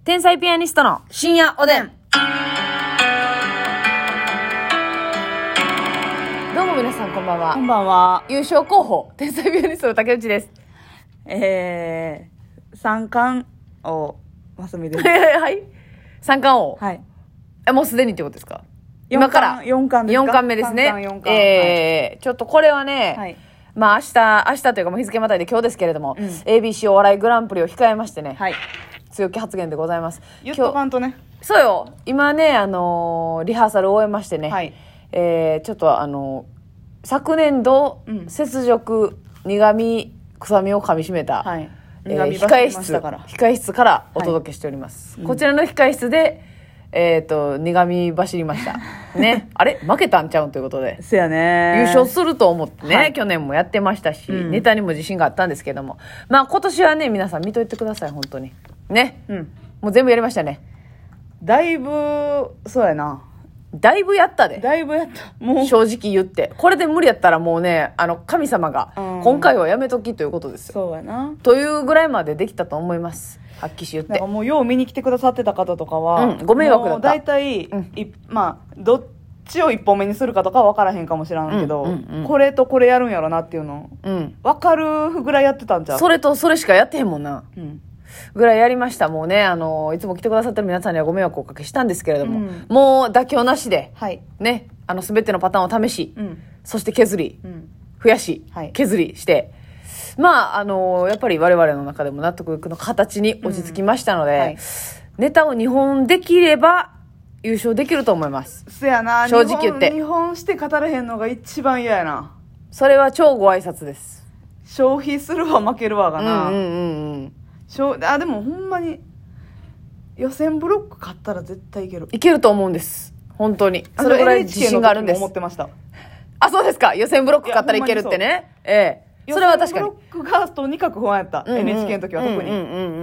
天才ピアニストの深夜おでん。どうも皆さんこんばんは。 こんばんは。 優勝候補天才ピアニストの竹内です。 三冠王ますみです。 はい。三冠王。 はい。 もうすでにってことですか？今から 4冠ですか？ 4冠目ですね。 4冠、 ちょっとこれはね、 はい、 まあ明日というかもう日付またいで今日ですけれども、ABC お笑いグランプリを控えましてね、 はい、 強気発言でございます。 言っとかんとね。 そうよ。今ね、リハーサルを終えましてね、 はい、 ちょっと昨年度、雪辱、苦味、臭みをかみしめた、 はい、 控え室からお届けしております。はい、こちらの控え室で、苦味走りました。ね。あれ負けたんちゃうんということで。 せやね。 優勝すると思ってね、 はい、 去年もやってましたし、ネタにも自信があったんですけども。まあ今年はね、皆さん見といてください、本当に。ね。もう全部やりましたね。 だいぶ、そうやな。 だいぶやったで。 だいぶやった。もう。 正直言って。これで無理やったらもうね、神様が、今回はやめときということですよ。 そうやな。 というぐらいまでできたと思います。はっきし言って。 なんかもうよう見に来てくださってた方とかは、 ご迷惑だった。 大体、まあ、どっちを一本目にするかとかは分からへんかもしれんけど、これとこれやるんやろなっていうの、分かるぐらいやってたんちゃう？ それとそれしかやってへんもんな。ぐらいやりました。もうね、いつも来てくださってる皆さんにはご迷惑をおかけしたんですけれども、もう妥協なしで、ね、すべてのパターンを試し、そして削り、増やし、削りして、まあ、やっぱり我々の中でも納得の形に落ち着きましたので、ネタを2本できれば優勝できると思います。 そやな、 正直言って。 2本して語れへんのが一番嫌やな。 それは超ご挨拶です。 消費するわ負けるわがな。でもほんまに予選ブロック勝ったら絶対いける。 いけると思うんです。本当に。それぐらい自信があるんです。 思ってました。 あ、そうですか。予選ブロック勝ったらいけるってね。それは確かに。 予選ブロックがとにかく不安やった。NHK の時は特に。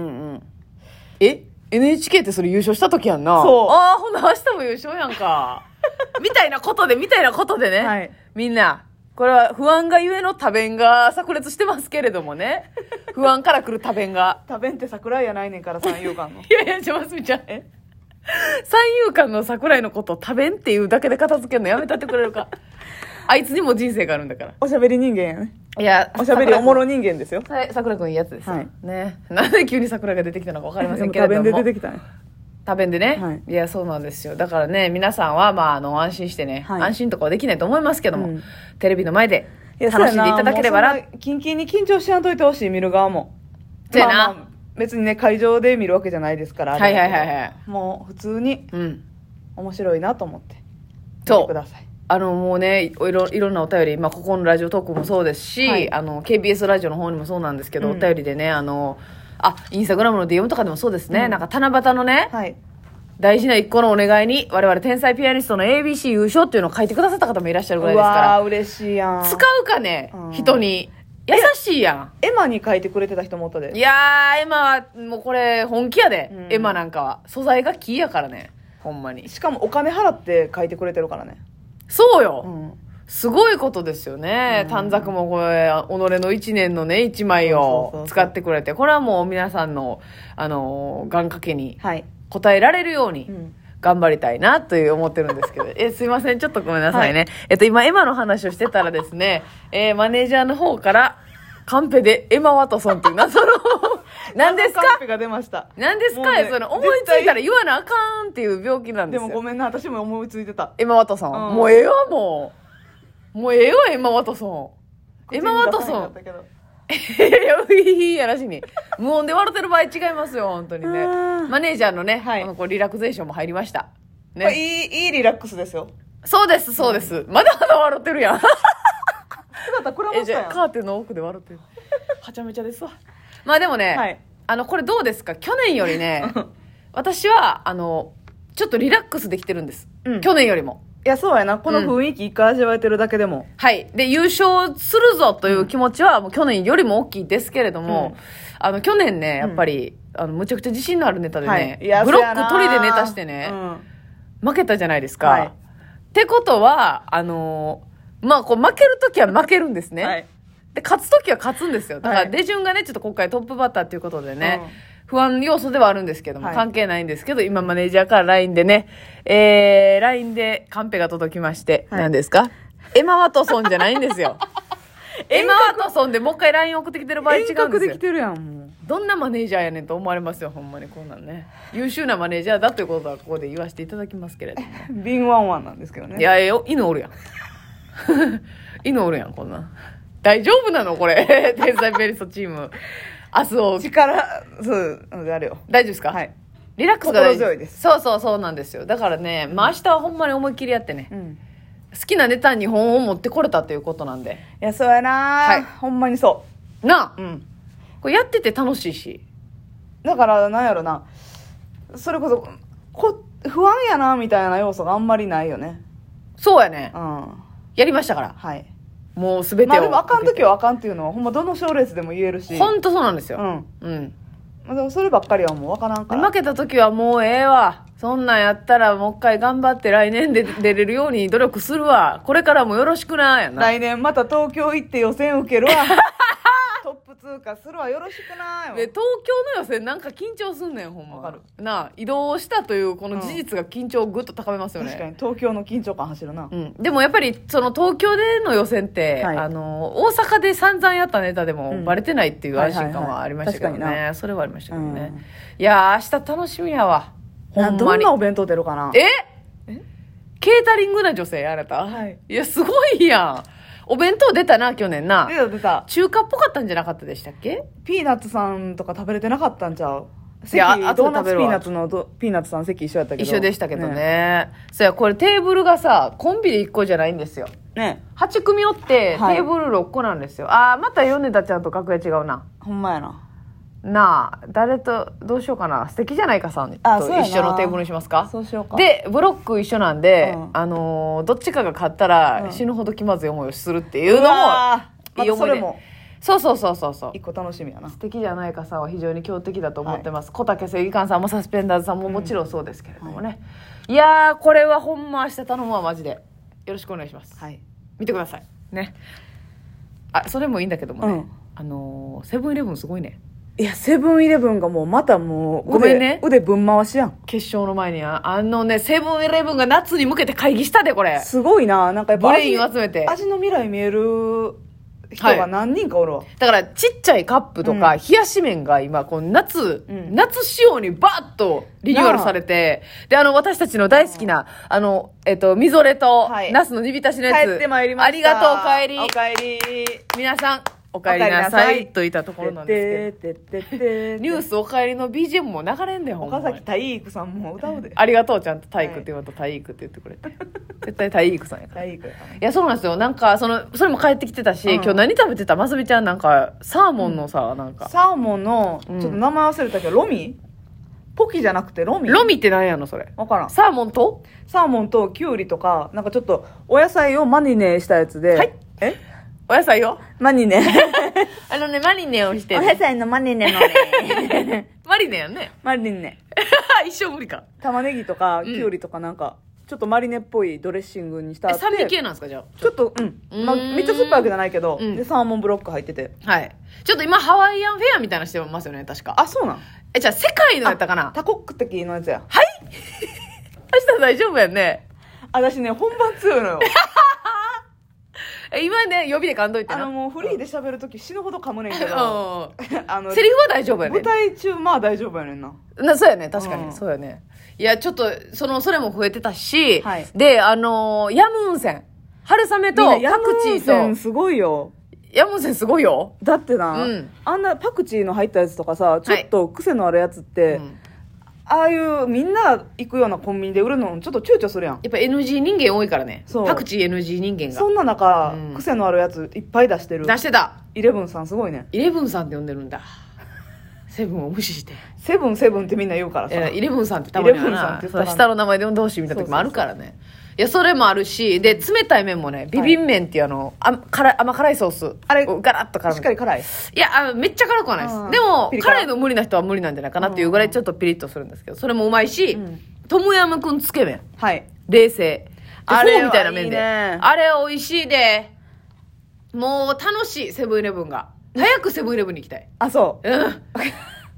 NHK ってそれ優勝した時やんな。 そう。 ああ、ほんな明日も優勝やんか。みたいなことでね。みんな。これは不安がゆえの多弁が炸裂してますけれどもね。不安から来る多弁が。 多弁って桜井やないねんから、三遊間の。 いや、ますみちゃん。三遊間の桜井のことを多弁っていうだけで片付けるのやめたってくれるか。あいつにも人生があるんだから。 おしゃべり人間やね。 いや、 おしゃべりおもろ人間ですよ。 はい、桜くんいいやつです。ね。なんで急に桜が出てきたのか分かりませんけれども。 多弁で出てきたね。 多弁でね、いやそうなんですよ。だからね、皆さんは安心してね、安心とかはできないと思いますけども、テレビの前で楽しんでいただければな。 キンキンに緊張しやんといてほしい、見る側も。 そうやな。 別にね、会場で見るわけじゃないですから。もう普通に面白いなと思って見てください。 もうね、いろんなお便り、ここのラジオトークもそうですし、KBS ラジオの方にもそうなんですけど、お便りでね、インスタグラムの DM とかでもそうですね、なんか七夕のね、大事な一個のお願いに、我々天才ピアニストの ABC 優勝っていうのを書いてくださった方もいらっしゃるぐらいですから。 うわー、嬉しいやん。 使うかね、人に。優しいやん。 エマに書いてくれてた人もおったで。 いやー、エマは、もうこれ、本気やで。エマなんかは。素材が木やからね。ほんまに。 しかもお金払って書いてくれてるからね。 そうよ。すごいことですよね。短冊もこれ、己の1年のね、1枚を使ってくれて、これはもう皆さんの、願掛けに応えられるように、頑張りたいなという思ってるんですけど、すいません、ちょっとごめんなさいね。今、エマの話をしてたらですね、マネージャーの方から、カンペでエマ・ワトソンっていう謎の、何ですか？ カンペが出ました。 何ですか？その思いついたら言わなあかんっていう病気なんですよ。 でもごめんな、私も思いついてた。 エマ・ワトソン。もうええわ、もうええわ、エマ・ワトソン。エマ・ワトソン。いやらしに。無音で笑ってる場合違いますよ、本当にね。マネージャーのね、リラクゼーションも入りました。 ね。いいリラックスですよ。 そうです、そうです。まだまだ笑ってるやん。 姿くらましたやん。 カーテンの奥で笑ってる。はちゃめちゃですわ。まあでもね、これどうですか？去年よりね、私は、ちょっとリラックスできてるんです。去年よりも。 いや、そうやな。この雰囲気一回味わえてるだけでも。 はい。で、優勝するぞという気持ちは、もう去年よりも大きいですけれども、去年ね、やっぱり、むちゃくちゃ自信のあるネタでね、ブロック取りでネタしてね、負けたじゃないですか。ってことは、こう負けるときは負けるんですね。で、勝つときは勝つんですよ。だから、出順がね、ちょっと今回トップバッターっていうことでね、 不安要素ではあるんですけども、 はい関係ないんですけど、今マネージャーから LINE でね、LINE でカンペが届きまして、何ですか？エマ・ワトソンじゃないんですよ。エマ・ワトソンでもう一回 LINE 送ってきてる場合違うんですよ。 遠隔できてるやん、もう。 どんなマネージャーやねんと思われますよ、ほんまにこんなんね。優秀なマネージャーだということはここで言わせていただきますけれども。 敏腕ワンなんですけどね。 いや、犬おるやん。犬おるやん、こんなん。大丈夫なのこれ。天才ベリストチーム。明日を。 そう、あれよ。 大丈夫ですか？ はい。 リラックスが大事。 心強いです。 そうなんですよ。だからね、まあ明日はほんまに思いっきりやってね。好きなネタ2本を持ってこれたということなんで。 いや、そうやな、はい、ほんまにそう。 なあ。これやってて楽しいし。 だから、なんやろな。それこそ、不安やな、みたいな要素があんまりないよね。 そうやね。やりましたから。 はい。 もうすべてを。 まあでもあかんときはあかんっていうのは、ほんまどの賞レースでも言えるし。 ほんとそうなんですよ。 でもそればっかりはもうわからんから。 負けた時はもうええわ。そんなんやったらもう一回頑張って来年で出れるように努力するわ。これからもよろしくな、やな。 来年また東京行って予選受けるわ。トップ通過するわ、よろしくな。 で、東京の予選なんか緊張すんねん、ほんま。わかる。なあ、移動したというこの事実が緊張をぐっと高めますよね。 確かに、東京の緊張感走るな。 でもやっぱり、その東京での予選って、大阪で散々やったネタでもバレてないっていう安心感はありましたけどね。それはありましたけどね。いやー、明日楽しみやわ。 ほんまに。どんなお弁当出るかな。 ケータリングな女性あなた。いや、すごいやん。お弁当出たな、去年な。 出た。 中華っぽかったんじゃなかったでしたっけ？ ピーナッツさんとか食べれてなかったんちゃう？ いや、あと食べるわ。 ピーナッツさん席一緒やったけど。 一緒でしたけどね。そうや、これテーブルがさ、コンビで1個じゃないんですよ。 ね。 8組おって、テーブル6個なんですよ。また米田ちゃんと楽屋違うな。 ほんまやな。 なあ、誰と、どうしようかな。素敵じゃないかさんと一緒のテーブルにしますか？ そうしようか。 で、ブロック一緒なんで、どっちかが勝ったら死ぬほど気まずい思いをするっていうのも、いい思い出。そう。 一個楽しみやな。 素敵じゃないかさんは非常に強敵だと思ってます。小竹正義館さんもサスペンダーズさんももちろんそうですけれどもね。いやー、これはほんま明日頼むわ、マジで。よろしくお願いします。はい。見てください。ね。それもいいんだけどもね。セブンイレブンすごいね。 いや、セブンイレブンがもうまたもうごめんね、 腕ぶん回しやん。 決勝の前にセブンイレブンが夏に向けて会議したで、これ。 すごいな。なんかやっぱブレインを集めて味の未来見える人が何人かおるわ。 だからちっちゃいカップとか冷やし麺が今こう夏仕様にバーッとリニューアルされて、で私たちの大好きなみぞれとナスの煮浸しのやつ、 帰ってまいりました。 ありがとう、おかえり。 おかえり。 皆さんおかえりなさいといったところなんですけど、ニュースおかえりの BGM も流れんで、ほんまに。 岡崎体育さんも歌うで。 ありがとう、ちゃんと体育って言われた体育って言ってくれて。絶対体育さんやから。いや、そうなんですよ。なんか、それも帰ってきてたし、今日何食べてた？ますみちゃんなんか、サーモンのさ、なんか。 サーモンの、ちょっと名前忘れたけど、ロミポキじゃなくてロミって何やのそれ。 わからん。 サーモンとキュウリとか、なんかちょっと、お野菜をマリネしたやつで。 はい。お野菜よ。 マリネ。 マリネをしてる。 お野菜のマリネのね。 マリネやんね。 マリネ。 一生無理か。 玉ねぎとか、キュウリとかなんか、ちょっとマリネっぽいドレッシングにした酸味系なんですか、じゃあ。 ちょっと、まあ、めっちゃ酸っぱいわけじゃないけど、で、サーモンブロック入ってて。 はい。ちょっと今、ハワイアンフェアみたいなしてますよね、確か。 あ、そうなん？ じゃあ、世界のやったかな？ 多国籍のやつや。 はい明日大丈夫やんね。 私ね、本番強いのよ。 今ね、予備で噛んどいてな。 もうフリーで喋るとき死ぬほど噛むねんけど。 セリフは大丈夫やね。 舞台中、まあ大丈夫やねんな。 そうやね、確かに。そうやね。いや、ちょっと、それも増えてたし、で、ヤムウンセン。春雨とパクチーと。ヤムウンセンすごいよ。 ヤムウンセンすごいよ。 だってな、あんなパクチーの入ったやつとかさ、ちょっと癖のあるやつって、ああいうみんな行くようなコンビニで売るのちょっと躊躇するやん。 やっぱ NG 人間多いからね。パクチー NG 人間が。 そんな中、癖のあるやついっぱい出してる。 出してた。 イレブンさんすごいね。 イレブンさんって呼んでるんだ。セブンを無視して。 セブンってみんな言うからさ。 イレブンさんってたまにはな。下の名前で呼んでほしいみたいな時もあるからね。いや、それもあるし、で、冷たい麺もね、ビビン麺っていう甘辛いソース。 あれ、 ガラッと辛い。 しっかり辛い。 いや、めっちゃ辛くはないです。でも、辛いの無理な人は無理なんじゃないかなっていうぐらいちょっとピリッとするんですけど、それもうまいし、トムヤムクンつけ麺。 はい。 冷製。 あれみたいな麺で。あれ美味しいで。もう楽しい、セブンイレブンが。早くセブンイレブンに行きたい。 あ、そう。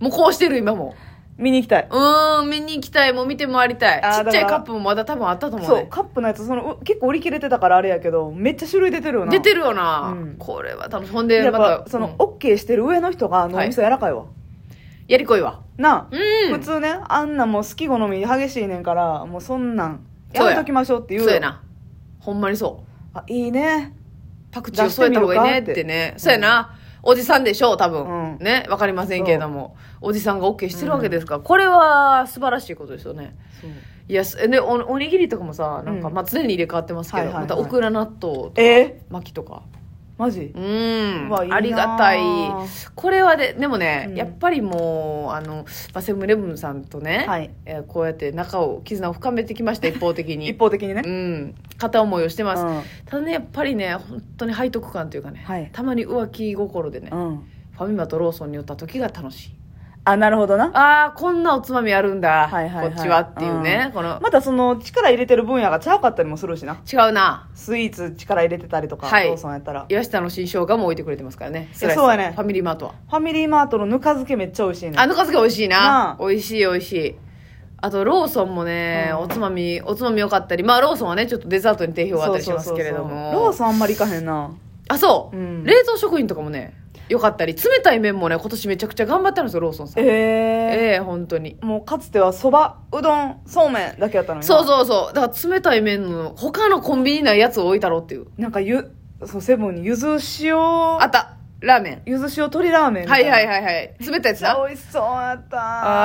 もうこうしてる今も。 見に行きたい。 見に行きたい。もう見て回りたい。ちっちゃいカップもまだ多分あったと思うね。 そう、カップのやつ、結構売り切れてたからあれやけど、めっちゃ種類出てるよな。 出てるよな。これは多分、ほんで、 また、OK してる上の人が、脳みそ柔らかいわ。 やりこいわ。 なあ。普通ね、あんなもう好き好み激しいねんから、もうそんなん、やめときましょうって言うよ。 そうやな。ほんまにそう。 あ、いいね。 パクチーを添えた方がいいねってね。そうやな。おじさんでしょう、多分。ね。わかりませんけれども。おじさんが OK してるわけですから。これは素晴らしいことですよね。いや、で、おにぎりとかもさ、なんか、まあ常に入れ替わってますけど、またオクラ納豆とか、巻きとか。 マジ？ ありがたい。これはでもね、やっぱりもう、セブンイレブンさんとね、こうやって絆を深めてきました、一方的に。 一方的にね。 片思いをしてます。ただね、やっぱりね、本当に背徳感というかね、たまに浮気心でね、ファミマとローソンに寄った時が楽しい。 あ、なるほどな。 ああ、こんなおつまみあるんだ。こっちはっていうね。 また力入れてる分野がちゃうかったりもするしな。 違うな。 スイーツ力入れてたりとか、ローソンやったら。 岩下の新生姜も置いてくれてますからね。 そうやね。 ファミリーマートは。 ファミリーマートのぬか漬けめっちゃ美味しいね。 ぬか漬け美味しいな。美味しい美味しい。あと、ローソンもね、おつまみ良かったり、まあ、ローソンはね、ちょっとデザートに定評があったりしますけれども。 ローソンあんまり行かへんな。 あ、そう。冷凍食品とかもね、よかったり、冷たい麺もね、今年めちゃくちゃ頑張ったんですよ、ローソンさん。本当に。 もうかつてはそば、うどん、そうめんだけやったのに。 そうそうそう。だから冷たい麺の、他のコンビニないやつを置いたろっていう。 なんかセブンにゆず塩。 あった。ラーメン。 ゆず塩鶏ラーメン。 はいはいはいはい。冷たいやつな。 美味しそうやった。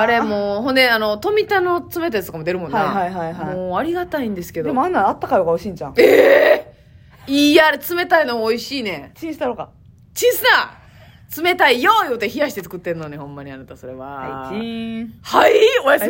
あれもう、ほんで、富田の冷たいやつとかも出るもんな。 はいはいはい。 もうありがたいんですけど。 でもあんなあったかい方が美味しいんじゃん。 いや、あれ冷たいのも美味しいね。 チンしたろか。 チンすな冷たいよ言うて冷やして作ってんのに、ほんまにあなたそれは。 はい、チン。 はい、おやすみ。